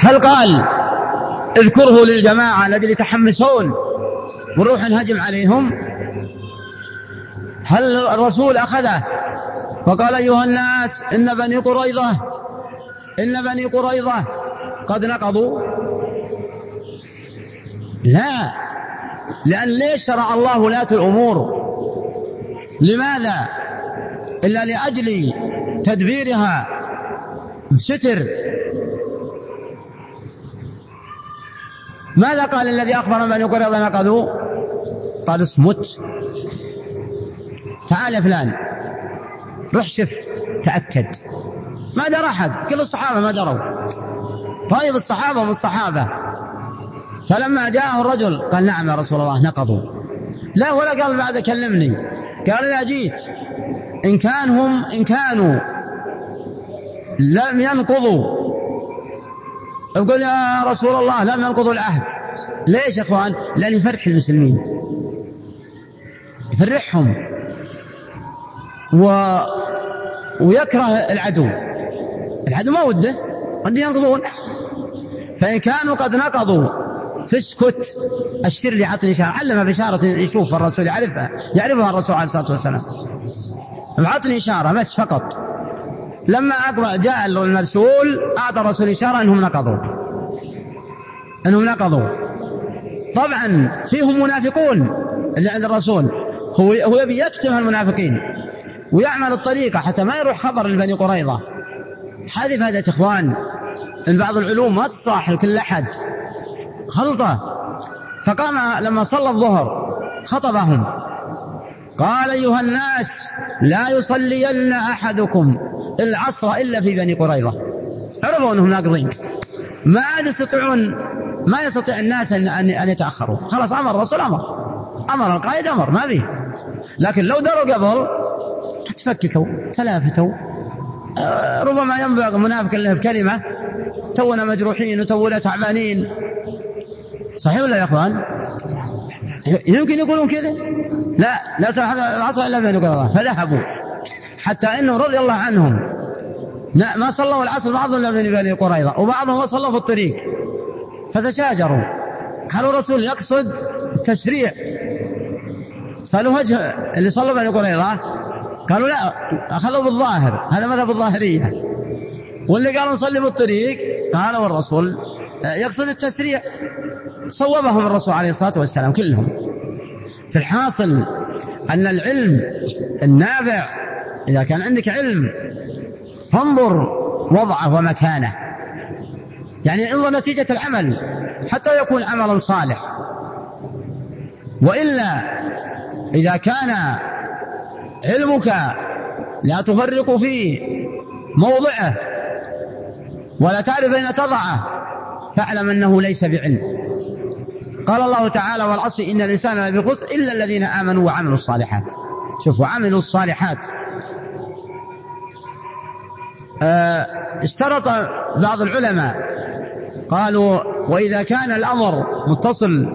هل قال اذكره للجماعة الذين يتحمسون ونروح نهجم عليهم؟ هل الرسول أخذه وقال أيها الناس إن بني قريظة قد نقضوا؟ لا، لأن ليش شرع الله ولاة الأمور؟ لماذا؟ إلا لأجل تدبيرها بستر. ماذا قال الذي أخبر بني قريظة نقضوا؟ قال اصمت، تعال يا فلان روح شف تأكد. ما درى أحد، كل الصحابة ما دروا. طيب الصحابة هم الصحابة. فلما جاءه الرجل قال نعم يا رسول الله نقضوا. لا، ولا قال بعد كلمني، قال إذا جيت إن كانوا لم ينقضوا يقول يا رسول الله لم ينقضوا العهد. ليش يا أخوان؟ لأن يفرح المسلمين، يفرحهم ويكره العدو ما وده قد ينقضون. فإن كانوا قد نقضوا فاسكت، الشر لي عطني إشارة. علم بشارة يشوف الرسول يعرفها الرسول عليه الصلاة والسلام، عطني إشارة بس فقط. لما أقبل جاء المرسول أعطى الرسول إشارة أنهم نقضوا. طبعا فيهم منافقون اللي عند الرسول، هو يبي يكتم المنافقين ويعمل الطريقة حتى ما يروح خبر لبني قريظة. هذه فائدة إخوان إن بعض العلوم ما تصاح لكل أحد، خلطة. فقام لما صلى الظهر خطبهم قال أيها الناس لا يصلين أحدكم العصر إلا في بني قريظة. عرفوا أنهم ناقضين، ما يستطيع الناس أن يتأخروا. خلاص أمر الرسول، أمر القائد، ما به. لكن لو دروا قبل تفككوا تلافتوا. ربما ينبغي منافق له بكلمة تونا مجروحين وتونا تعبانين. صحيح ولا يا أخوان؟ يمكن يقولون كذا. لا العصر إلا بني قريظة. فذهبوا حتى إنه رضي الله عنهم ما صلوا العصر بعضهم إلا بني قريظة، وبعضهم صلوا في الطريق. فتشاجروا، قالوا الرسول يقصد التشريع. صلوا وجه اللي صلوا بني قريظة، قالوا لا أخذوا بالظاهر، هذا مذهب الظاهرية. واللي قالوا نصلي بالطريق قالوا الرسول يقصد التشريع. صوبهم الرسول عليه الصلاة والسلام كلهم. في الحاصل أن العلم النافع، إذا كان عندك علم فانظر وضعه ومكانه، يعني انظر نتيجة العمل حتى يكون عملا صالح. وإلا إذا كان علمك لا تفرق في موضعه ولا تعرف أين تضعه فاعلم أنه ليس بعلم. قال الله تعالى والعصر إن الإنسان لفي خسر إلا الذين آمنوا وعملوا الصالحات. شوفوا عملوا الصالحات. اشترط بعض العلماء قالوا وإذا كان الأمر متصل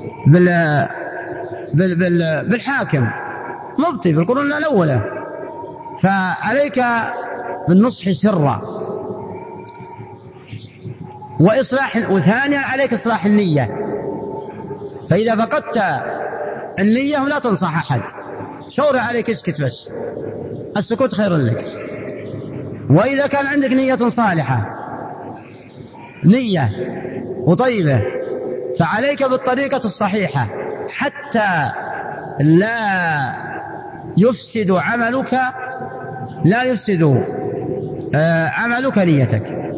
بالحاكم مبطي في القرون الأولى فعليك بالنصح سرا وثانيا عليك إصلاح النية. فإذا فقدت النية لا تنصح أحد، شور عليك اسكت بس، السكوت خير لك. وإذا كان عندك نية صالحة نية وطيبة فعليك بالطريقة الصحيحة حتى لا يفسد عملك نيتك.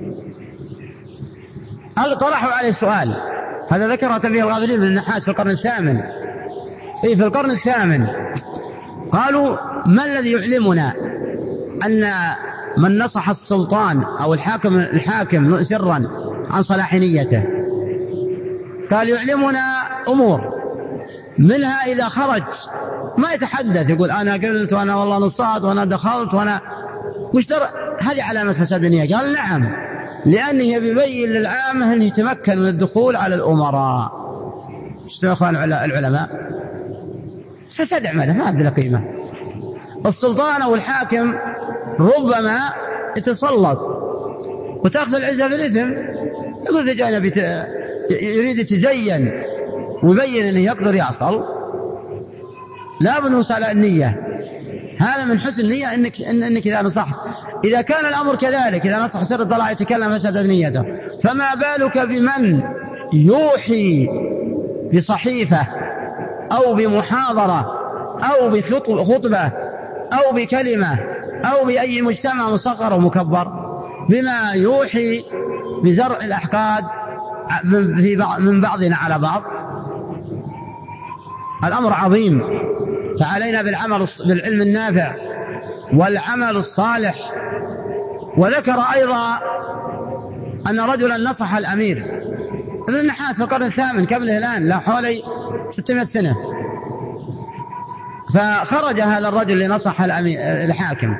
طرحوا عليه سؤال، هذا ذكر تنبيه الغافلين من النحاس في القرن الثامن. في القرن الثامن قالوا ما الذي يعلمنا أن من نصح السلطان أو الحاكم سرا عن صلاح نيته؟ قال يعلمنا أمور، منها إذا خرج ما يتحدث يقول أنا قلت وأنا والله نصات وأنا دخلت وأنا هذه علامة فساد النية. قال نعم، لأنه يبين للعامة أنه يتمكن من الدخول على الأمراء. اشتروا أخوان العلماء فساد عمله ما عنده قيمة. السلطان أو الحاكم ربما يتسلط وتأخذ العزة بالإثم يقول إذا جاء نبي يريد يتزين ويبين أنه يقدر يصل، لا بد نوصل على النية. هذا من حسن النية إنك إذا نصحت. إذا كان الأمر كذلك، إذا نصح سر الضلال يتكلم فسدت نيته، فما بالك بمن يوحي بصحيفة أو بمحاضرة أو بخطبة أو بكلمة أو بأي مجتمع مصغر ومكبر، بما يوحي بزرع الأحقاد من بعضنا على بعض. الأمر عظيم، فعلينا بالعلم النافع والعمل الصالح. وذكر أيضا أن رجلا نصح الأمير ابن النحاس في القرن الثامن قبله الآن لا حوالي 600 سنة. فخرج هذا الرجل لنصح الحاكم،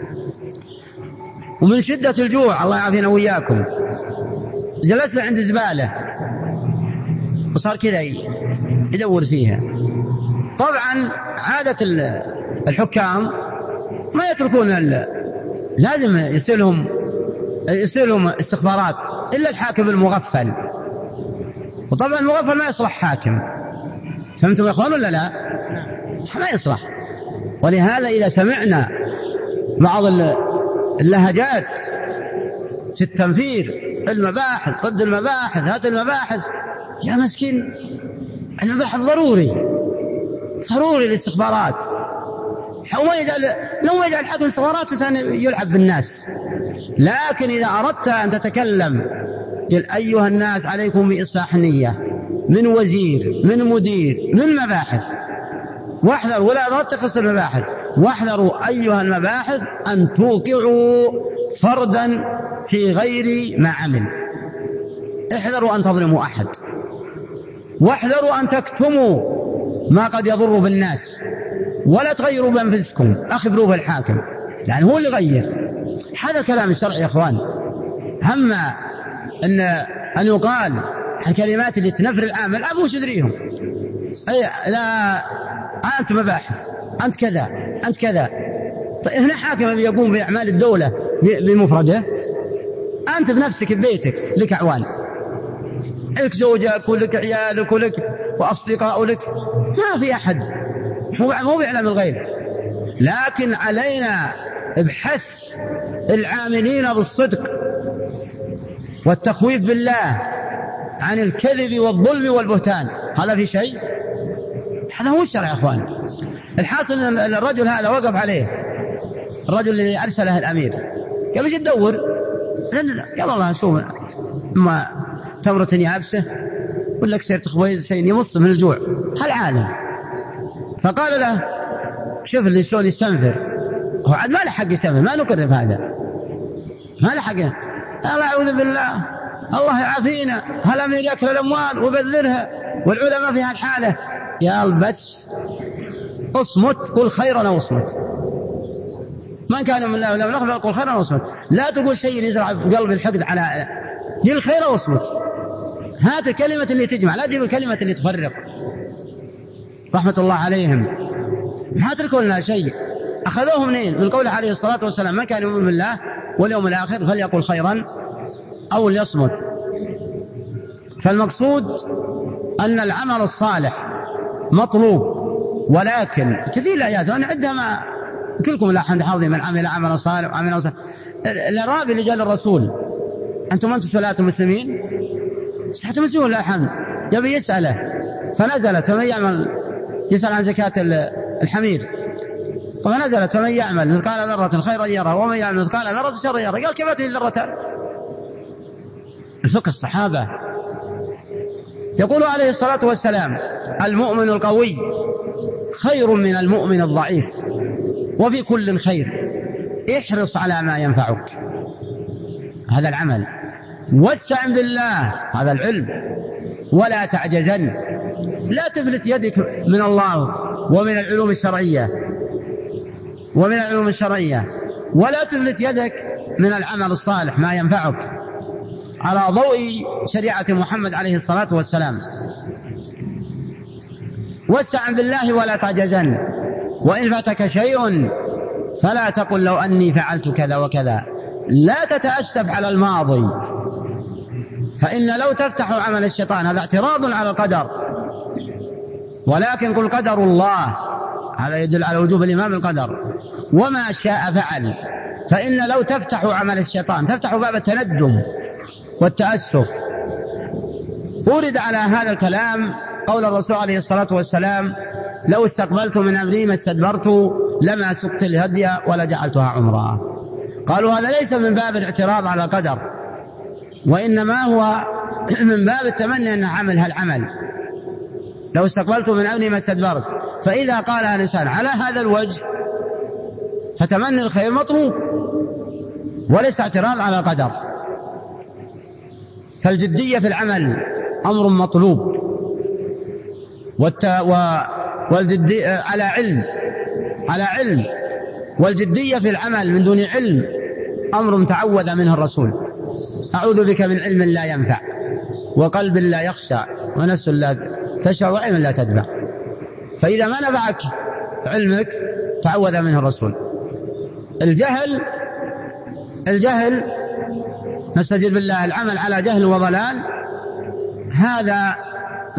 ومن شدة الجوع الله يعافينا وإياكم جلس له عند زبالة وصار كذا يدور فيها. طبعا عادة الحكام ما يتركون لازم يصير لهم استخبارات إلا الحاكم المغفل، وطبعا المغفل ما يصلح حاكم. فهمتم يا أخوان ولا لا؟ ما يصلح. ولهذا إذا سمعنا بعض اللهجات في التنفير، المباحث ضد المباحث، هات المباحث، يا مسكين المباحث ضروري للاستخبارات. لو يجعل الحاكم استخبارات إنسان يلعب بالناس. لكن إذا أردت أن تتكلم قل أيها الناس عليكم بإصلاح النية من وزير من مدير من مباحث، واحذروا، ولا أردت تفصل المباحث، واحذروا أيها المباحث أن توقعوا فردا في غير ما عمل. احذروا أن تظلموا أحد، واحذروا أن تكتموا ما قد يضر بالناس، ولا تغيروا بأنفسكم، أخبروا بالحاكم لأن هو اللي يغير. هذا كلام الشرع يا أخوان. أما أن يقال الكلمات اللي تنفر العامل مش يدريهم، لا أنت مباحث، أنت كذا، أنت كذا. طيب هنا حاكم يقوم بأعمال الدولة بمفرده، أنت بنفسك ببيتك لك أعوان، لك زوجك ولك عيالك ولك وأصدقاء لك، ما في أحد مو بيعلم الغيب. لكن علينا ابحث العاملين بالصدق والتخويف بالله عن الكذب والظلم والبهتان. هذا في شيء؟ هذا هو الشرع يا أخوان. الحاصل أن الرجل هذا وقف عليه، الرجل الذي أرسله الأمير، قال ايش تدور؟ قال والله شوف ما تمرة يابسة ولا كسرت تخبز شيء يمص من الجوع هالعالم. فقال له شوف اللي شلون يستنفر، هو عاد ما له حق يستنفر، ما نكرر هذا، ما له حق. الله أعوذ بالله، الله يعافينا، هالأمير يأكل الأموال ويبذلها والعلماء في هالحالة. قال بس اصمت، قل خيرا واصمت، من كان من الله ولا من أخبر قل خيرا واصمت. لا تقول شيء يزرع بقلب الحقد على قل خيرا واصمت. هات الكلمة اللي تجمع، لا تجيب الكلمة اللي تفرق. رحمة الله عليهم ما تركوا لنا شيء. أخذوه منين؟ من قوله عليه الصلاة والسلام من كان يؤمن بالله واليوم الآخر فليقل خيرا أو ليصمت. فالمقصود أن العمل الصالح مطلوب، ولكن كثير الآيات وأنا عندها ما كلكم لا حمد حاضر من عمل عمل صالح وعمل صالح. الرابي لجال الرسول أنتم أنتم سلاة المسلمين، سلاة المسلمين لا حمد، يبي يسأله فنزلت فمن يعمل، يسأل عن زكاة الحمير، فنزلت فمن يعمل مثقال ذرة خيرا يره ومن يعمل مثقال ذرة شرا يره. قال كيف أتني ذرتان؟ الفقه الصحابة. يقول عليه الصلاة والسلام المؤمن القوي خير من المؤمن الضعيف، وفي كل خير، احرص على ما ينفعك، هذا العمل، واستعن بالله، هذا العلم، ولا تعجزن، لا تفلت يدك من الله ومن العلوم الشرعية، ولا تفلت يدك من العمل الصالح ما ينفعك على ضوء شريعة محمد عليه الصلاة والسلام. واستعن بالله ولا تعجزن، وإن فاتك شيء فلا تقل لو أني فعلت كذا وكذا. لا تتأسف على الماضي، فإن لو تفتح عمل الشيطان هذا اعتراض على القدر، ولكن قل قدر الله، هذا يدل على وجوب الإيمان بالقدر، وما شاء فعل. فإن لو تفتح عمل الشيطان تفتح باب التندم والتأسف. أورد على هذا الكلام قول الرسول عليه الصلاة والسلام: لو استقبلت من أمري ما استدبرت لما سقت الهدي ولا جعلتها عمرا. قالوا هذا ليس من باب الاعتراض على القدر، وإنما هو من باب التمني أن أعمل هالعمل. لو استقبلت من أمري ما استدبرت. فإذا قالها الإنسان على هذا الوجه فتمني الخير مطلوب وليس اعتراض على القدر. فالجدية في العمل أمر مطلوب، والجدية على علم، والجدية في العمل من دون علم أمر تعوذ منه الرسول: أعوذ بك من علم لا ينفع وقلب لا يخشع ونفس لا تشعر وعين لا تدفع. فإذا ما نفعك علمك تعوذ منه الرسول. الجهل نستجير بالله، العمل على جهل وضلال، هذا من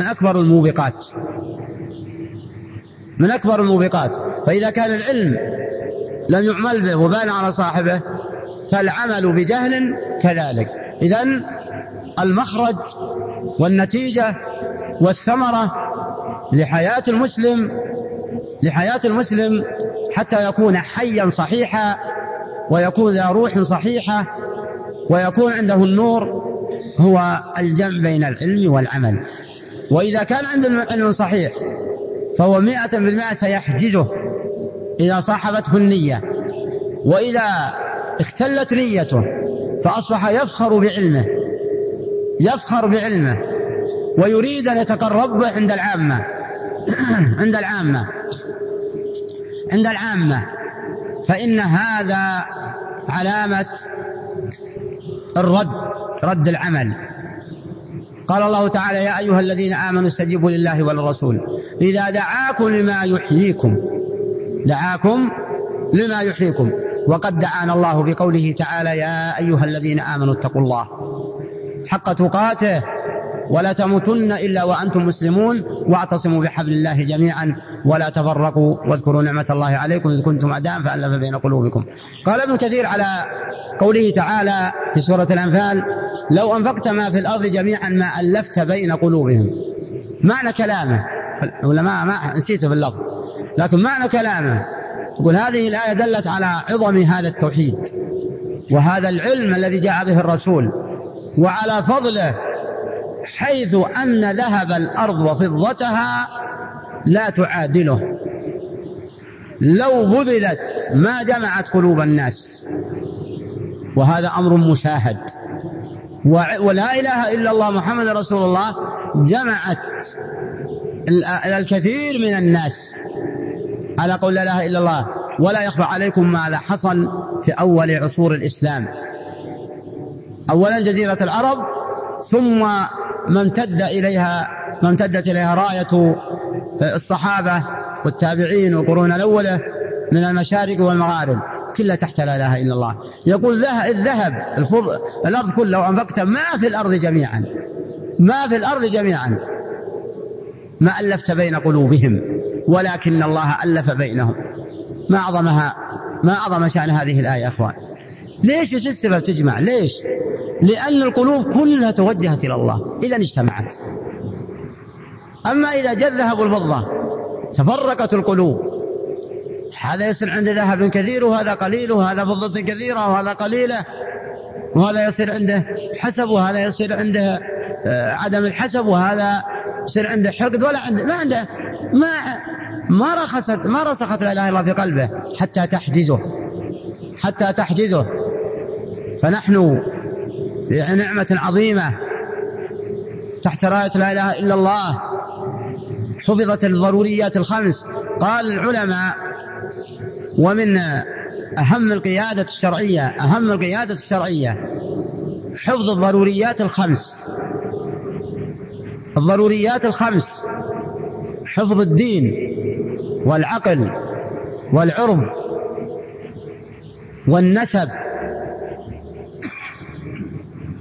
أكبر الموبقات. فإذا كان العلم لم يعمل به وبان على صاحبه فالعمل بجهل كذلك. إذن المخرج والنتيجة والثمرة لحياة المسلم حتى يكون حيا صحيحا ويكون ذا روح صحيحة ويكون عنده النور هو الجمع بين العلم والعمل. وإذا كان عنده علم صحيح فهو 100% سيحجزه إذا صاحبته النية، وإذا اختلت نيته فأصبح يفخر بعلمه ويريد أن يتقرب عند العامة، فإن هذا علامة رد العمل. قال الله تعالى: يا أيها الذين آمنوا استجيبوا لله وللرسول إذا دعاكم لما يحييكم. وقد دعانا الله بقوله تعالى: يا أيها الذين آمنوا اتقوا الله حق تقاته ولا تموتن إلا وأنتم مسلمون واعتصموا بحبل الله جميعا ولا تفرقوا واذكروا نعمة الله عليكم إذ كنتم أعداء فألف بين قلوبكم. قال ابن كثير على قوله تعالى في سورة الأنفال: لو أنفقت ما في الأرض جميعا ما ألفت بين قلوبهم. معنى كلامه ولا ما نسيته في اللفظ، لكن معنى كلامه يقول هذه الآية دلت على عظم هذا التوحيد وهذا العلم الذي جاء به الرسول وعلى فضله، حيث أن ذهب الأرض وفضتها لا تعادله. لو بذلت ما جمعت قلوب الناس، وهذا أمر مشاهد. ولا إله إلا الله محمد رسول الله جمعت الكثير من الناس على قول لا إله إلا الله. ولا يخفى عليكم ماذا حصل في أول عصور الإسلام. أولا جزيرة العرب، ثم ما امتدت إليها راية الصحابة والتابعين والقرون الأولى من المشارق والمغارب، كلها تحت لا إله إلا الله. يقول الذهب الأرض كلها وأنفقت ما في الأرض جميعا ما ألفت بين قلوبهم ولكن الله ألف بينهم. ما أعظم شأن هذه الآية يا أخوان. ليش السبب تجمع؟ ليش؟ لأن القلوب كلها توجهت إلى الله إذا اجتمعت. أما إذا جاء الذهب والفضة تفرقت القلوب، هذا يصير عنده ذهب كثير وهذا قليل، وهذا فضة كثيرة وهذا قليلة، وهذا يصير عنده حسب وهذا يصير عنده عدم الحسب، وهذا يصير عنده حقد ولا عنده ما رسخت لا إله إلا الله في قلبه حتى تحجزه. فنحن بنعمة عظيمة تحت راية لا إله إلا الله، حفظت الضروريات الخمس. قال العلماء: ومن أهم القيادة الشرعية حفظ الضروريات الخمس، حفظ الدين والعقل والعرض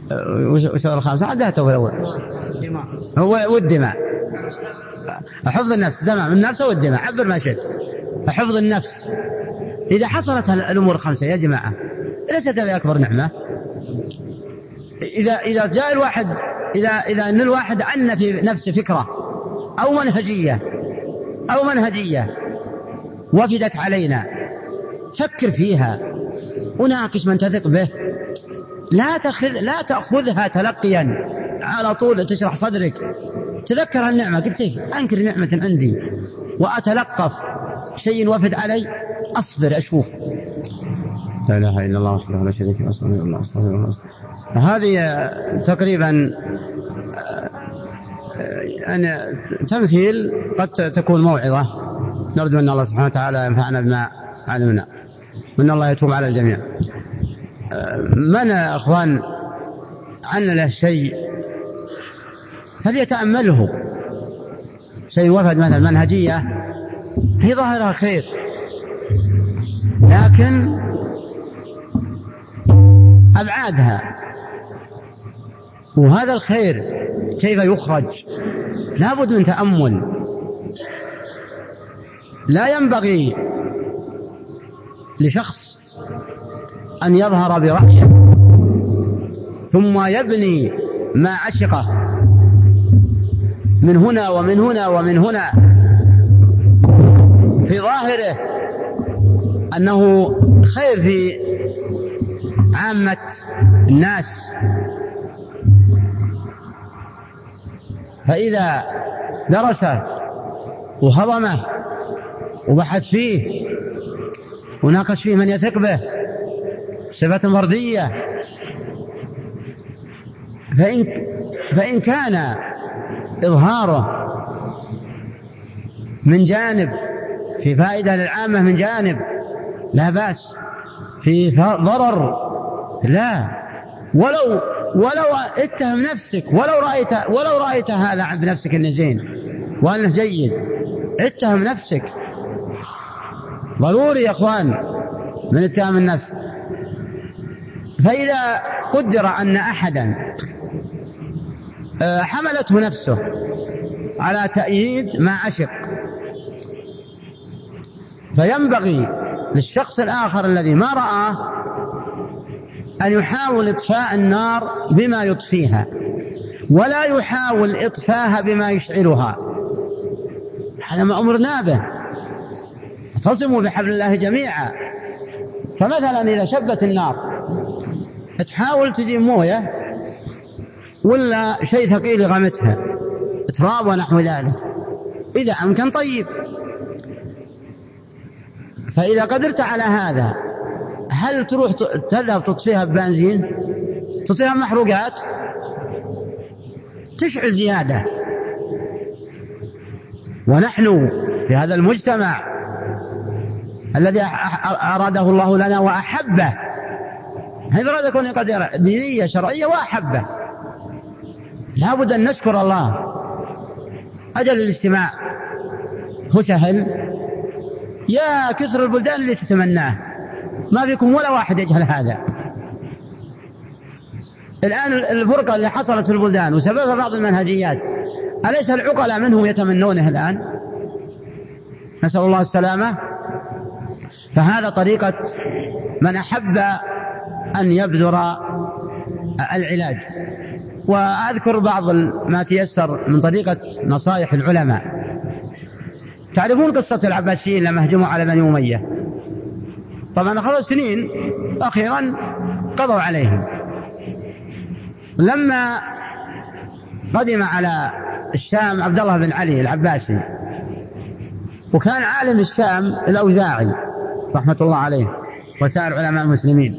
وش الخامسة عدها في الأول؟ هو والدماء. حفظ النفس، دماء من النفس والدماء، عبر ما شئت. حفظ النفس إذا حصلت الأمور الخمسة يا جماعة ليست هذه أكبر نعمة؟ إذا جاء الواحد، إذا أن الواحد عنا في نفسه فكرة أو منهجية وفدت علينا، فكر فيها وناقش من تثق به، لا تأخذها تلقيا على طول تشرح صدرك. تذكر النعمة، قلت أنكر نعمة عندي وأتلقف شيء وفد علي، أصبر أشوف. لا إله إلا الله وحده لا شريك له، أستغفر الله أستغفر الله. هذه تقريبا يعني تمثيل، قد تكون موعظة. نرجو أن الله سبحانه وتعالى ينفعنا بما علمنا، وأن الله يتوب على الجميع. من أخوان عنا له شيء فليتأمله، شيء وفد مثلا منهجية هي ظاهرها خير، لكن أبعادها وهذا الخير كيف يخرج لابد من تأمل. لا ينبغي لشخص أن يظهر برأيه ثم يبني ما عشقه من هنا ومن هنا ومن هنا في ظاهره أنه خير في عامة الناس. فإذا درسه وهضمه وبحث فيه وناقش فيه من يثق به صفة فردية، فإن كان إظهاره من جانب في فائدة للعامة من جانب لا بأس، في ضرر لا. ولو اتهم نفسك، ولو رأيت هذا بنفسك انه زين وانه جيد، اتهم نفسك. ضروري يا اخوان من اتهام النفس. فإذا قدر أن أحدا حملته نفسه على تأييد ما عشق، فينبغي للشخص الآخر الذي ما رآه أن يحاول إطفاء النار بما يطفيها، ولا يحاول إطفاها بما يشعلها. هذا ما أمرنا به، اعتصموا بحبل الله جميعا. فمثلا إذا شبت النار تحاول تجيب موية ولا شيء ثقيل غمتها، تراب ونحو ذلك، إذا أمكن طيب. فإذا قدرت على هذا، هل تروح تذهب تطفيها ببنزين؟ تطفيها بمحروقات تشعل زيادة. ونحن في هذا المجتمع الذي أراده الله لنا وأحبه، هذا أراد يكون قدر دينية شرعية وأحبه، لا بد أن نشكر الله. أجل الاجتماع هو سهل، يا كثر البلدان اللي تتمناه، ما فيكم ولا واحد يجهل هذا. الآن الفرقة اللي حصلت في البلدان وسببها بعض المنهجيات، أليس العقلاء منهم يتمنونه الآن؟ نسأل الله السلامة. فهذا طريقة من أحب أن يبذر العلاج. وأذكر بعض ما تيسر من طريقة نصائح العلماء. تعرفون قصة العباسيين لما هجموا على بني أمية؟ طبعا خلال سنين أخيرا قضوا عليهم. لما قدم على الشام عبد الله بن علي العباسي، وكان عالم الشام الأوزاعي رحمة الله عليه وسائر علماء المسلمين،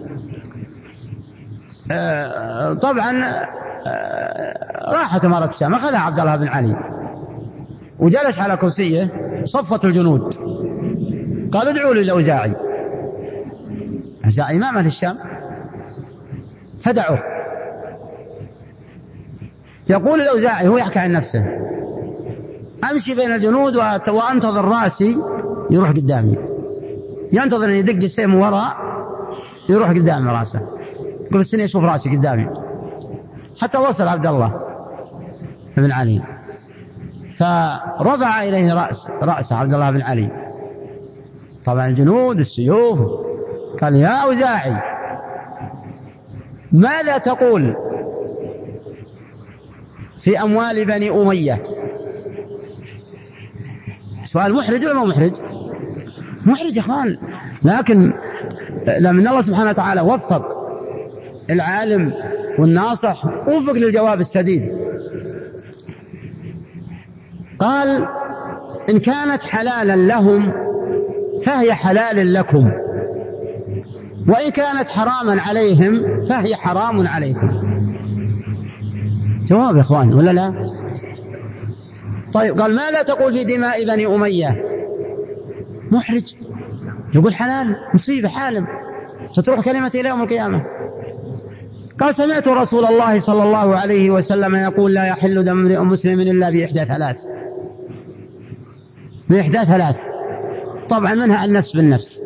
طبعا راحت إمارة الشام، أخذها عبد الله بن علي وجلس على كرسيه، صفت الجنود قالوا ادعوا لي الأوزاعي. الأوزاعي إمام أهل الشام، فدعوه. يقول الأوزاعي، هو يحكي عن نفسه، أمشي بين الجنود وأنتظر رأسي يروح قدامي، ينتظر أن يدق السيف من وراء يروح قدامي رأسه، يقول السنة يشوف رأسي قدامي. حتى وصل عبد الله بن علي، فرفع إليه رأس عبد الله بن علي، طبعا الجنود السيوف، قال يا أوزاعي ماذا تقول في أموال بني أمية؟ سؤال محرج ولا ما محرج؟ محرج يا أخوان، لكن لمن الله سبحانه وتعالى وفق العالم والناصح وفق للجواب السديد. قال إن كانت حلالا لهم فهي حلال لكم، وإن كانت حراما عليهم فهي حرام عليكم. جواب يا إخوان ولا لا؟ طيب قال ماذا تقول في دماء بني أمية؟ محرج، يقول حلال، مصيبة، حالم، ستروح كلمتي إلى يوم القيامة. قال سمعت رسول الله صلى الله عليه وسلم يقول لا يحل دم امرئ مسلم إلا بإحدى ثلاث، بإحدى ثلاث، طبعا منها النفس بالنفس.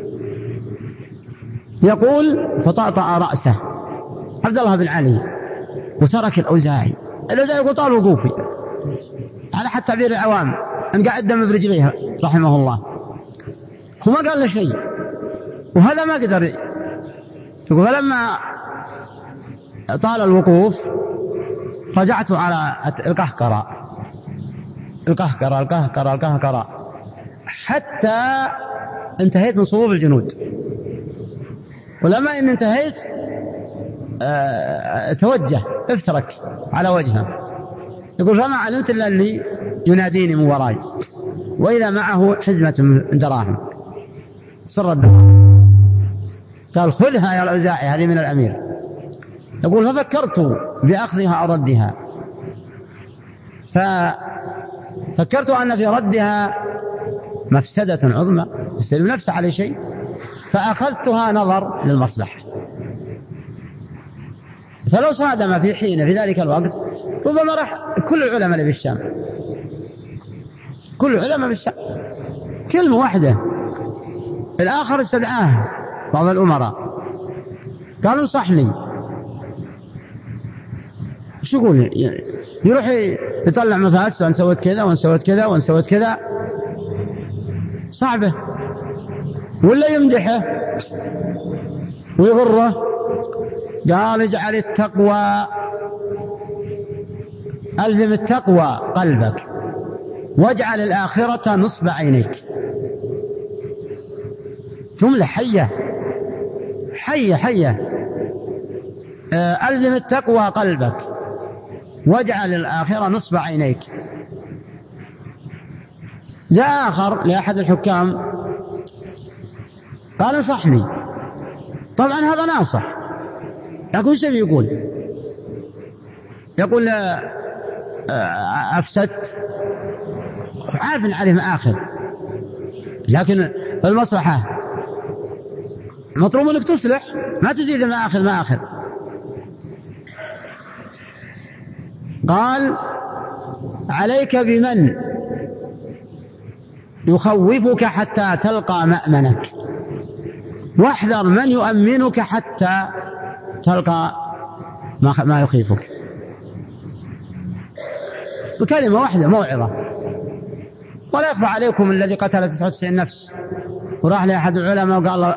يقول فطأطأ رأسه عبد الله بن علي وترك الأوزاعي. الأوزاعي يقول طال وقوفي، على حتى تعبير العوام أن قاعد دم برجليه رحمه الله، هو ما قال له شيء، وهذا ما قدر. يقول فلما طال الوقوف رجعت على القهقرة حتى انتهيت من صفوف الجنود، ولما إن انتهيت توجه افترك على وجهه. يقول فما علمت إلا أني يناديني من وراي وإذا معه حزمة من دراهم سر الدراهم، قال خذها يا الأوزاعي هذه من الأمير. يقول ففكرت بأخذها أو ردها، ففكرت أن في ردها مفسدة عظمى يستلم نفسه على شيء، فأخذتها نظر للمصلحة. فلو صادم في حين في ذلك الوقت ربما راح كل العلماء اللي بالشام، كل العلماء بالشام كلمة واحدة. الآخر استدعاه بعض الأمراء قال انصحني، شو يقول؟ يروح يطلع مفاسد وان سويت كذا وان سويت كذا وان سويت كذا، صعبة. ولا يمدحه ويغره، قال اجعل التقوى، ألزم التقوى قلبك واجعل الآخرة نصب عينيك. جملة حية حية حية. ألزم التقوى قلبك واجعل الآخرة نصب عينيك. جاء آخر لأحد الحكام قال انصحني، طبعا هذا ناصح، لكن ايش يقول أفسدت، عارف أن عليه مآخذ، لكن المصلحة مطلوب أنك تصلح، ما تزيد مآخذ. قال عليك بمن يخوفك حتى تلقى مأمنك، واحذر من يؤمنك حتى تلقى ما يخيفك. بكلمة واحدة موعظة. ولا يخفى عليكم الذي قتل 99 نفس وراح لأحد العلماء وقال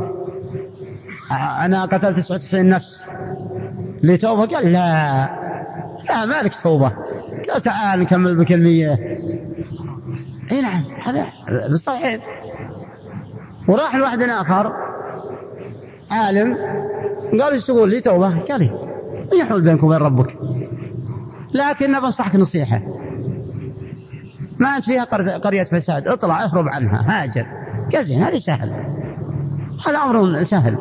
أنا قتلت 99 نفس لي توبة، قال لا مالك توبة، قال تعال نكمل بك 100. اي نعم هذا بالصحيح. وراح لواحد آخر عالم قال ايش تقول لي توبة، قال يحول بينك وبين ربك، لكن بنصحك نصيحة، ما أنت فيها قرية فساد، اطلع اهرب عنها هاجر كزين، هذا سهل، هذا أمر سهل.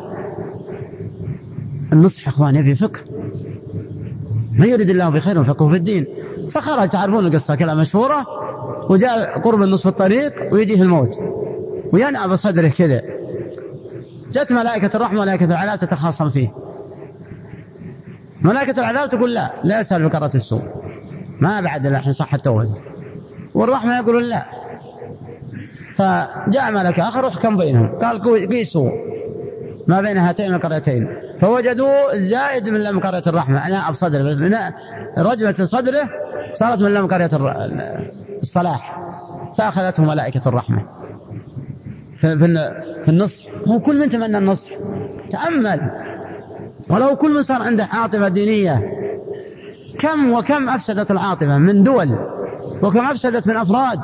النصح أخوان يبي فقه، ما يريد الله بخير فقه في الدين. فخرج، تعرفون القصة كلها مشهورة، وجاء قرب النصف الطريق ويجيه الموت وينأى بصدره كذا، جاءت ملائكة الرحمة وملائكة العذاب تتخاصم فيه. ملائكة العذاب تقول لا يسأل بكرة السوء، ما بعد الحين صح التوبة، والرحمة يقولون لا. فجاء ملك آخر وحكم بينهم، قال قيسوا ما بين هاتين القريتين، فوجدوا الزائد من لم قرية الرحمة، أنا بصدره رجمة صدره صارت من لم قرية الصلاح، فأخذته ملائكة الرحمة في النصح. هو كل من تمنى النصح تأمل، ولو كل من صار عنده عاطفة دينية، كم وكم أفسدت العاطفة من دول، وكم أفسدت من أفراد.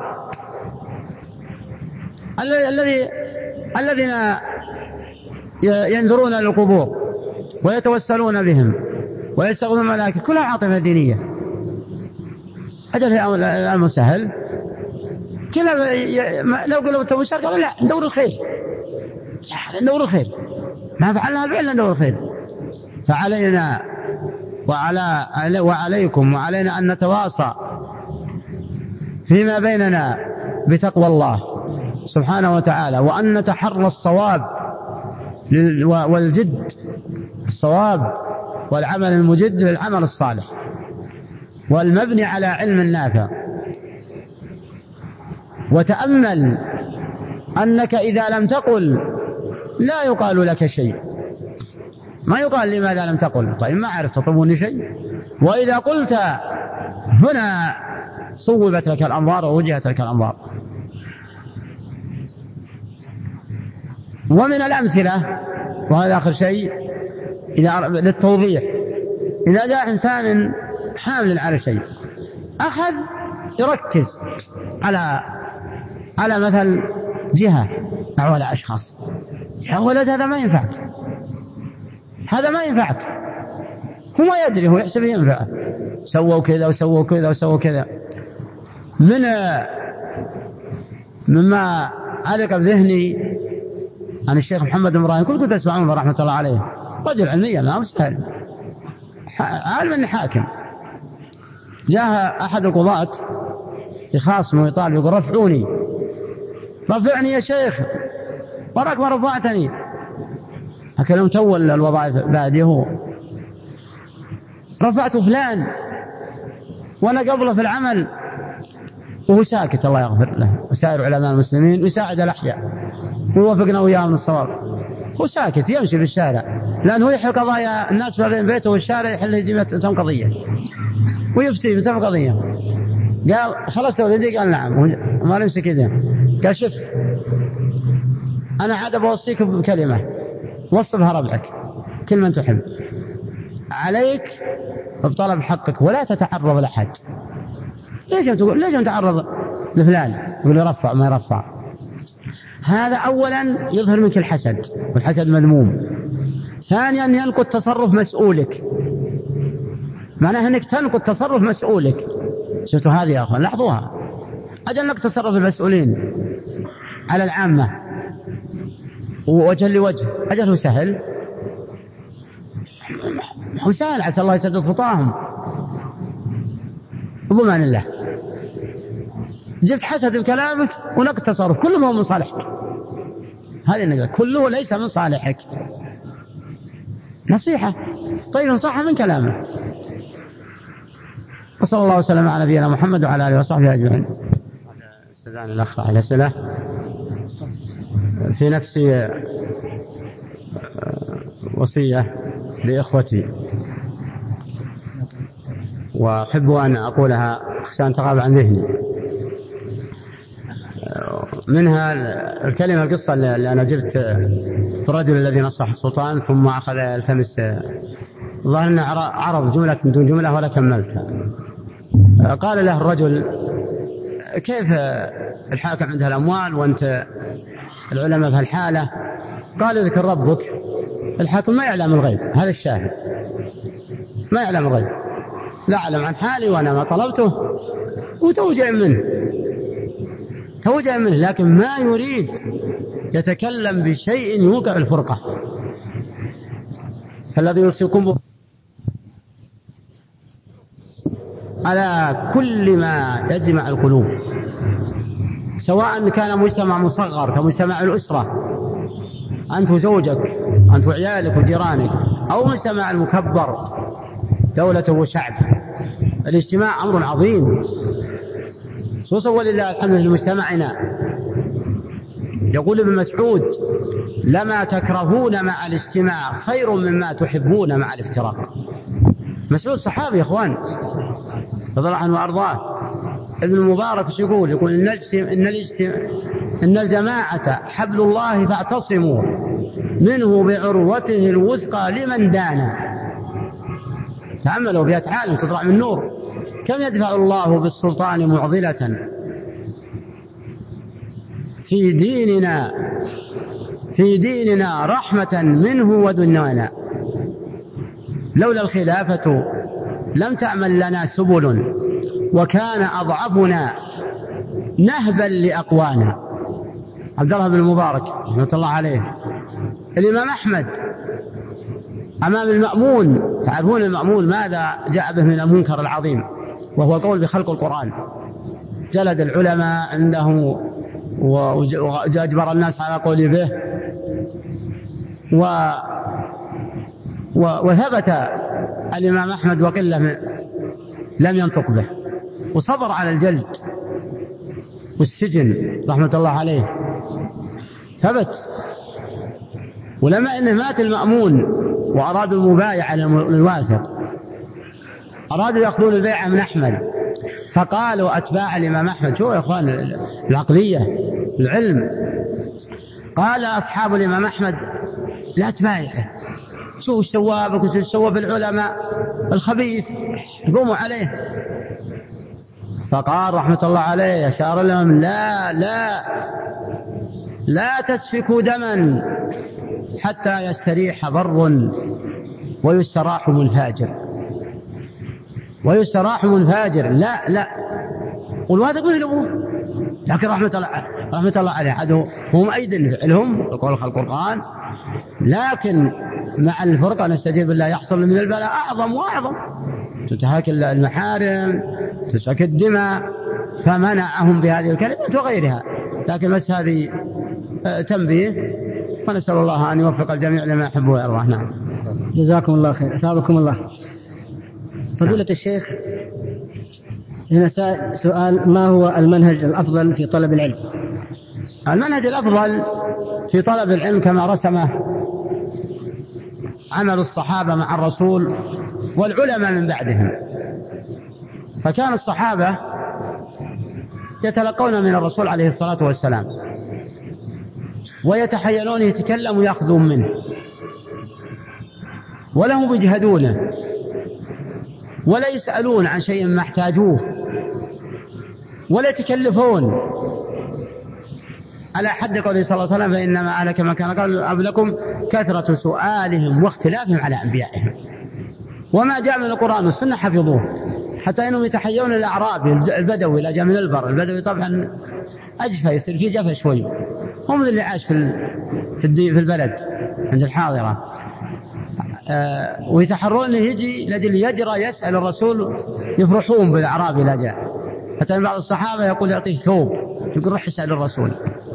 الذين ينظرون للقبور ويتوسلون بهم ويستغفرون الملائكة كلها عاطفة دينية. أجل الأمر سهل، كلها لو قالوا التوسل قالوا لا ندور الخير، لا ندور الخير، ما فعلنا فعلا ندور الخير. فعلينا وعليكم وعلينا أن نتواصى فيما بيننا بتقوى الله سبحانه وتعالى، وأن نتحرى الصواب والجد، الصواب والعمل المجد للعمل الصالح والمبني على علم نافع. وتأمل أنك إذا لم تقل لا يقال لك شيء، ما يقال لماذا لم تقل؟ طيب ما عرفت تطلبني شيء، وإذا قلت هنا صوبت لك الأنظار ووجهت لك الأنظار. ومن الأمثلة، وهذا آخر شيء للتوضيح، إذا جاء إنسان حامل على شيء أخذ يركز على مثل جهة أو على أشخاص، يا ولد هذا ما ينفعك، هذا ما ينفعك، هو ما يدري، هو يحسب ينفعه، سووا كذا وسووا كذا وسووا كذا. مما علق بذهني عن الشيخ محمد بن إبراهيم، كنت أسمعون رحمة الله عليه، رجل علميا ما مستهل، عالم حاكم. جاء أحد القضاة يخاصمه ويطالب يقول رفعني يا شيخ، وراك ما رفعتني، هكذا متول الوظائف بعد هو، رفعت فلان وأنا قبله في العمل، وهو ساكت الله يغفر له، وسائر علماء المسلمين ويساعد الأحياء ويوفقنا وياهم الصواب، هو ساكت يمشي في الشارع، لأنه يحل قضايا الناس ما بين بيته والشارع، يحل هجمة تم قضية ويفتي تم قضية. قال خلصت ولدي؟ قال نعم. وما نمسك كذا، قال شف أنا عاد بوصيك بكلمة وصفها ربعك، كل من تحب، عليك بطلب حقك ولا تتعرض لأحد. ليش تتعرض لفلان يقول يرفع ما يرفع؟ هذا أولا يظهر منك الحسد، والحسد مذموم. ثانيا ينقض تصرف مسؤولك، معناها أنك تنقض تصرف مسؤولك. شفتوا هذه يا أخوان؟ لاحظوها، أجل أنك تصرف المسؤولين على العامة ووجه لوجه، أجل هو سهل، حسان عسى الله يسدد خطاهم وبمان الله. جبت حسد بكلامك ونقض تصرف، كله هو من صالحك، هذه النقطة، كله ليس من صالحك، نصيحة طيب نصحها من كلامه. وصلى الله وسلم على نبينا محمد وعلى آله وصحبه أجمعين. استاذان الأخ على أسئلة في نفسي، وصية لإخوتي وأحب أن أقولها عشان تغاب عن ذهني. منها القصة اللي أنا جبت الرجل الذي نصح السلطان ثم أخذ يلتمس، ظهر أنه عرض جملة من دون جملة ولا كملتها. قال له الرجل كيف الحاكم عنده الأموال وأنت العلماء في الحالة؟ قال اذكر ربك. الحاكم ما يعلم الغيب، هذا الشاهد، ما يعلم الغيب، لا أعلم عن حالي وأنا ما طلبته، وتوجع منه، لكن ما يريد يتكلم بشيء يوقع الفرقة. فالذي يوصيكم على كل ما يجمع القلوب، سواء كان مجتمع مصغر كمجتمع الأسرة، أنت وزوجك أنت وعيالك وجيرانك، أو مجتمع المكبر دولة وشعب. الاجتماع أمر عظيم، خصوصا ولله الحمد لمجتمعنا. يقول ابن مسعود لما تكرهون مع الاجتماع خير مما تحبون مع الافتراق. مسعود صحابي يا إخوان رضي الله عنه وأرضاه. ابن المبارك يقول إن الجماعة حبل الله فاعتصموا منه بعروته الوثقى لمن دانا. تأملوا بيت عالم تطلع من نور. كم يدفع الله بالسلطان معضلة في ديننا رحمة منه ودنيانا. لولا الخلافة لم تعمل لنا سبل وكان أضعفنا نهبا لأقوانا. عبد الله بن المبارك رحمة الله عليه. الإمام أحمد أمام المأمون، تعرفون المأمون ماذا جاء به من المنكر العظيم وهو القول بخلق القرآن. جلد العلماء عنده وأجبر الناس على قول به، وثبت الإمام أحمد وقلة لم ينطق به، وصبر على الجلد والسجن رحمة الله عليه، ثبت. ولما إنه مات المأمون وأرادوا المبايعة للواثق، أرادوا يأخذون البيعة من أحمد، فقالوا أتباع الإمام أحمد، شو يا إخوان العقلية العلم، قال أصحاب الإمام أحمد لا تبايعه، شو سوابك وشو سوى بالعلماء الخبيث، قوموا عليه. فقال رحمة الله عليه أشار لهم لا تسفكوا دما حتى يستريح بر ويستراح منفاجر. لا والواثق مثلهم، لكن رحمة الله عليه هم أيضا فعلهم القول خلق القرآن، لكن مع الفرقة نستجيب بالله يحصل من البلاء أعظم وأعظم، تنتهك المحارم، تسفك الدماء، فمنعهم بهذه الكلمات وغيرها. لكن بس هذه تنبيه، ونسأل الله أن يوفق الجميع لما يحب ويرضاه. نعم. جزاكم الله خير. أثابكم الله. فضيلة الشيخ، هنا سؤال: ما هو المنهج الأفضل في طلب العلم؟ المنهج الأفضل في طلب العلم كما رسمه عمل الصحابة مع الرسول والعلماء من بعدهم. فكان الصحابة يتلقون من الرسول عليه الصلاة والسلام ويتحينون يتكلم ويأخذون منه، ولهم يجهدونه ولا يسألون عن شيء ما احتاجوه ولا يتكلفون، على حد قوله صلى الله عليه وسلم: فإنما أهلك ما كان قبلكم كثرة سؤالهم واختلافهم على أنبيائهم. وما جاء من القرآن والسنة حفظوه، حتى إنهم يتحيون الأعرابي البدوي لا جاء من البر. البدوي طبعا أجفى، يصير فيه جفا شوي، هم اللي عاش في البلد عند الحاضرة، ويتحرون يجي لجل يجرى يسأل الرسول، يفرحون بالأعرابي لا جاء. حتى بعض الصحابة يقول يعطيه ثوب، يقول رح يسأل الرسول،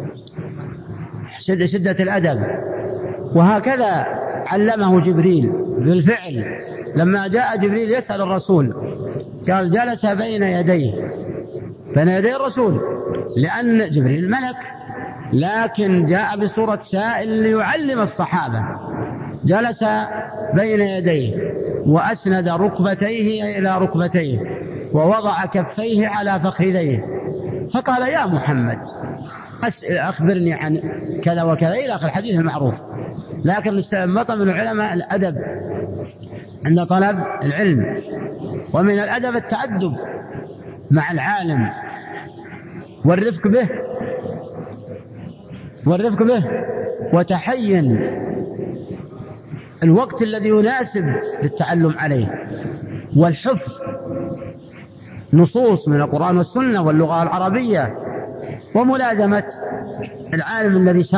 شدة الأدب. وهكذا علمه جبريل بالفعل، لما جاء جبريل يسأل الرسول قال جلس بين يدي الرسول، لأن جبريل ملك لكن جاء بصورة سائل ليعلم الصحابة. جلس بين يديه وأسند ركبتيه إلى ركبتيه ووضع كفيه على فخذيه، فقال: يا محمد أخبرني عن كذا وكذا إلى آخر الحديث المعروف. لكن استنبط من العلماء الأدب عند طلب العلم، ومن الأدب التأدب مع العالم والرفق به وتحين الوقت الذي يناسب للتعلم عليه، والحفظ نصوص من القرآن والسنة واللغة العربية، وملازمة العالم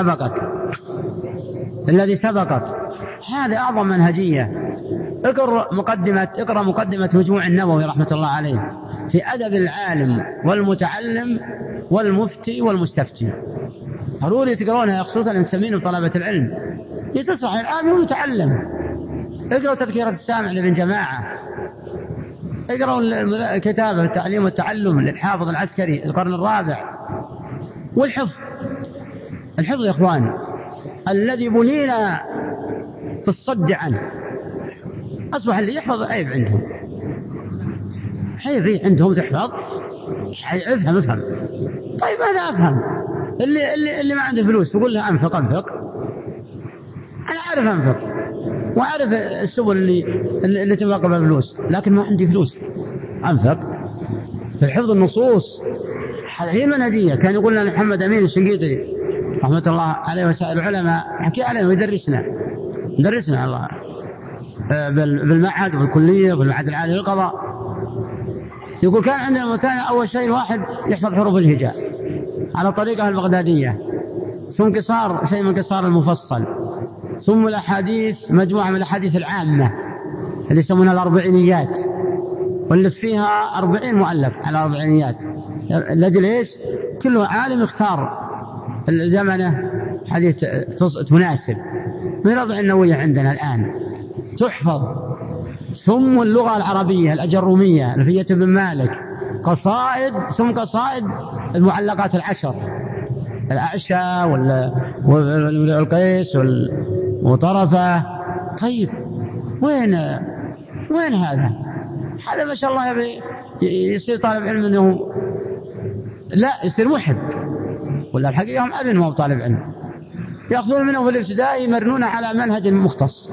الذي سبقك. هذا أعظم منهجية. اقرأ مقدمة مجموع النووي رحمة الله عليه في أدب العالم والمتعلم والمفتي والمستفتي، ضروري تقرونها، خصوصا المسمين بطلبة العلم لتصلح العالم والمتعلم. اقرأوا تذكرة السامع لابن جماعة، اقرأوا كتابه التعليم والتعلم للحافظ العسكري القرن الرابع. والحفظ يا إخوان الذي بنينا بالصد عنه. أصبح اللي يحفظ عيب عندهم، عيب عندهم تحفظ، افهم. طيب أنا أفهم. اللي ما عنده فلوس تقول له أنفق. أنا أعرف أنفق وأعرف السبل اللي تنفق بها فلوس، لكن ما عندي فلوس أنفق. في حفظ النصوص هي المنهجية. كان يقول لنا محمد أمين الشنقيطي رحمة الله عليه وسائر العلماء، حكي عليه ويدرسنا الله بالمعهد وبالكلية وبالمعهد العالي للقضاء. يقول كان عندنا متانة أول شيء الواحد يحفظ حروف الهجاء على طريقة البغدادية، ثم قصار شيء من قصار المفصل، ثم الأحاديث مجموعة من الأحاديث العامة اللي يسمونها الأربعينيات، واللي فيها 40 مؤلف على الأربعينيات. لأجل إيش؟ كل عالم يختار الزمنة حديث تناسب. من الأربعين النووية عندنا الآن تحفظ. ثم اللغة العربية الأجرومية الفية بن مالك، قصائد، ثم قصائد المعلقات العشر، الأعشى والقيس وطرفة. طيب وين هذا ما شاء الله يبي يصير طالب علم انه لا يصير محب، ولا الحقيقة هم أبن ما هو طالب علم. يأخذون منه في الابتدائي يمرنون على منهج مختص.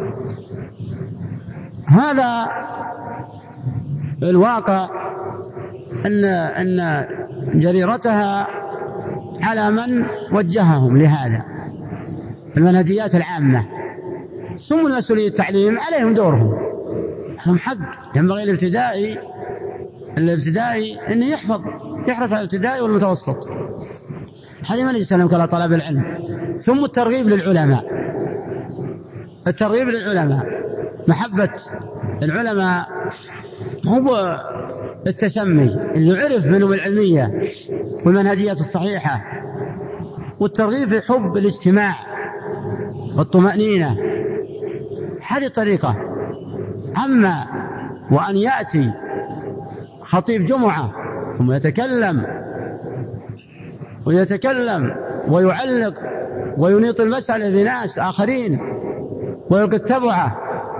هذا الواقع أن جريرتها على من وجههم لهذا المنهجيات العامة. ثم المسؤولية التعليم عليهم دورهم، لهم حق. ينبغي الابتدائي أنه يحرص على الابتدائي والمتوسط. هذه من يسلم كلا طلب العلم. ثم الترغيب للعلماء، محبة العلماء، هو التسمي اللي يعرف منهم العلمية والمنهجية الصحيحة، والترغيب في حب الاجتماع والطمأنينة. هذه الطريقة. أما وأن يأتي خطيب جمعة ثم يتكلم ويعلق وينيط المسألة بناس آخرين ويلقي التبعة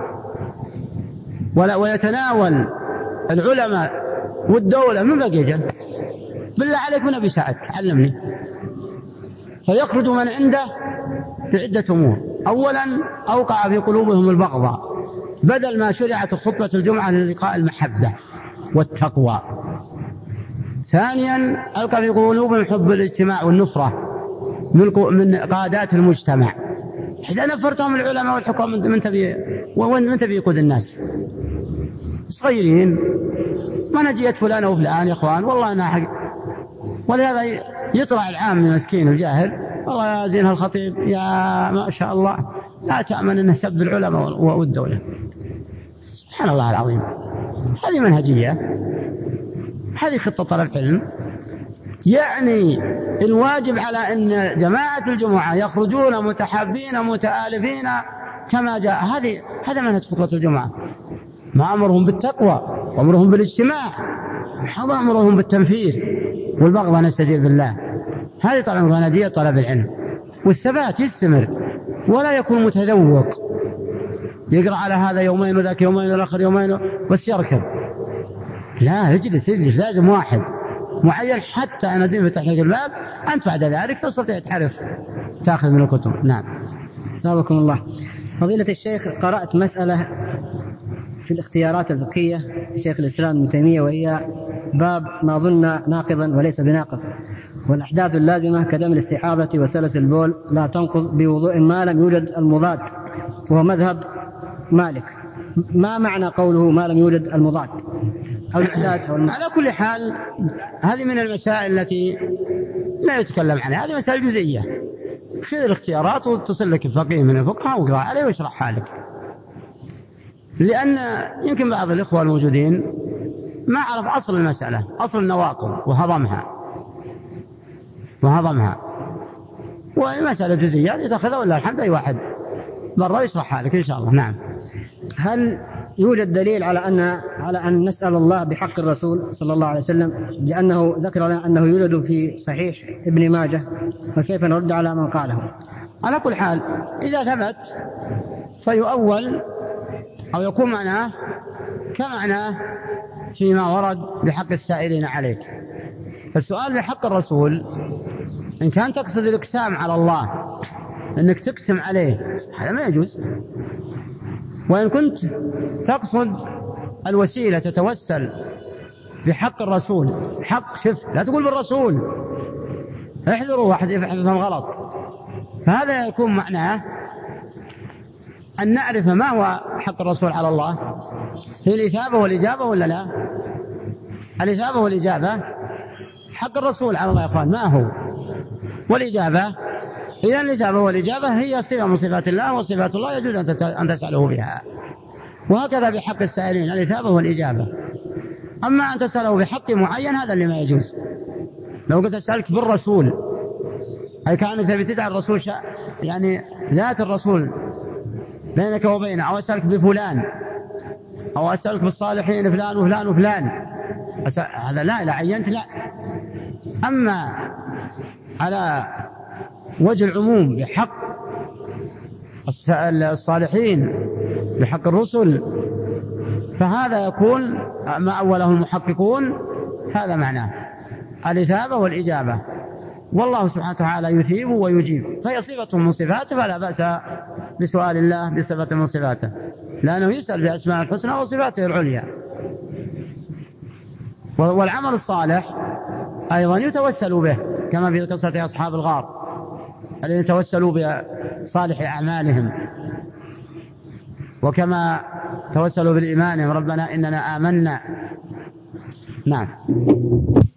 ويتناول العلماء والدولة، من بقي جل بالله عليك من أبي ساعدك علمني. فيخرج من عنده بعدة أمور. أولا أوقع في قلوبهم البغضاء، بدل ما شرعت خطبة الجمعة للقاء المحبة والتقوى. ثانيا ألقى في قلوبهم حب الاجتماع والنفرة من قادات المجتمع. إذا نفرتهم العلماء والحكام من تبي يقود الناس؟ صغيرين منهجية فلان وفلان يا أخوان، والله أنا حق. ولهذا يطلع العام المسكين الجاهل، والله يا زين هالخطيب يا ما شاء الله، لا تأمن أنه سب العلماء والدولة. سبحان الله العظيم. هذه منهجية، هذه خطة طلب علم. يعني الواجب على أن جماعة الجمعة يخرجون متحابين متآلفين كما جاء. هذا منهج خطة الجمعة. ما أمرهم بالتقوى وأمرهم بالاجتماع، هذا أمرهم بالتنفير والبغض نستجير بالله. هذه طبعا منهجية طلب العلم. والثبات يستمر ولا يكون متذوق، يقرأ على هذا يومين وذاك يومين والآخر يومين بس يركض. لا، اجلس لازم واحد معين حتى أنا دين فتح لك الباب، أنت بعد ذلك تستطيع تعرف تأخذ من الكتب. نعم. سابقكم الله. فضيلة الشيخ، قرأت مسألة في الاختيارات الفقهية شيخ الإسلام ابن تيمية، وهي باب ما ظن ناقضا وليس بناقض، والأحداث اللازمة كدم الاستحاضة وسلس البول لا تنقض بوضوء ما لم يوجد المضاد، وهو مذهب مالك. ما معنى قوله ما لم يوجد المضاد أو الأحداث على كل حال هذه من المسائل التي لا يتكلم عنها، هذه مسائل جزئية. خذ الاختيارات وتصل لك الفقيه من الفقهاء واقرأ عليه واشرحها لك، لأن يمكن بعض الإخوة الموجودين ما عرف أصل المسألة، أصل النواقض وهضمها، ومسألة جزئية تأخذها ولا الحمد أي واحد مرة يشرحها لك إن شاء الله. نعم. هل يوجد دليل على أن نسأل الله بحق الرسول صلى الله عليه وسلم، لأنه ذكر لنا أنه يولد في صحيح ابن ماجه، فكيف نرد على من قاله؟ على كل حال إذا ثبت فيؤول أو يكون معناه كمعناه فيما ورد بحق السائلين عليك. فالسؤال بحق الرسول إن كان تقصد الإقسام على الله أنك تقسم عليه هذا ما يجوز، وإن كنت تقصد الوسيلة تتوسل بحق الرسول، حق شف لا تقول بالرسول، احذروا واحد يفهم غلط، فهذا يكون معناه أن نعرف ما هو حق الرسول على الله. هي الإثابة والإجابة ولا لا؟ الإثابة والإجابة حق الرسول على الله يا أخوان ما هو، والإجابة إذا الإثابة والإجابة هي صفة من صفات الله، وصفات الله يجوز أن تسأله بها، وهكذا بحق السائلين الإثابة والإجابة. أما أن تسأله بحق معين هذا اللي ما يجوز. لو قلت أسألك بالرسول أي كأنك تبي تدعي الرسول يعني ذات الرسول بينك وبينه، أو أسألك بفلان، أو أسألك بالصالحين فلان وفلان وفلان، هذا لا عينت لا. أما على وجه العموم بحق الصالحين بحق الرسل فهذا يكون ما أوله المحققون، هذا معناه الإثابة والإجابة، والله سبحانه وتعالى يثيب ويجيب، فهي صفة من صفاته فلا بأس بسؤال الله بصفة من صفاته، لأنه يسأل بأسماء الحسنى وصفاته العليا. والعمل الصالح أيضا يتوسل به كما في قصة أصحاب الغار الذين توسلوا بصالح أعمالهم، وكما توسلوا بالإيمان ربنا إننا آمنا. نعم.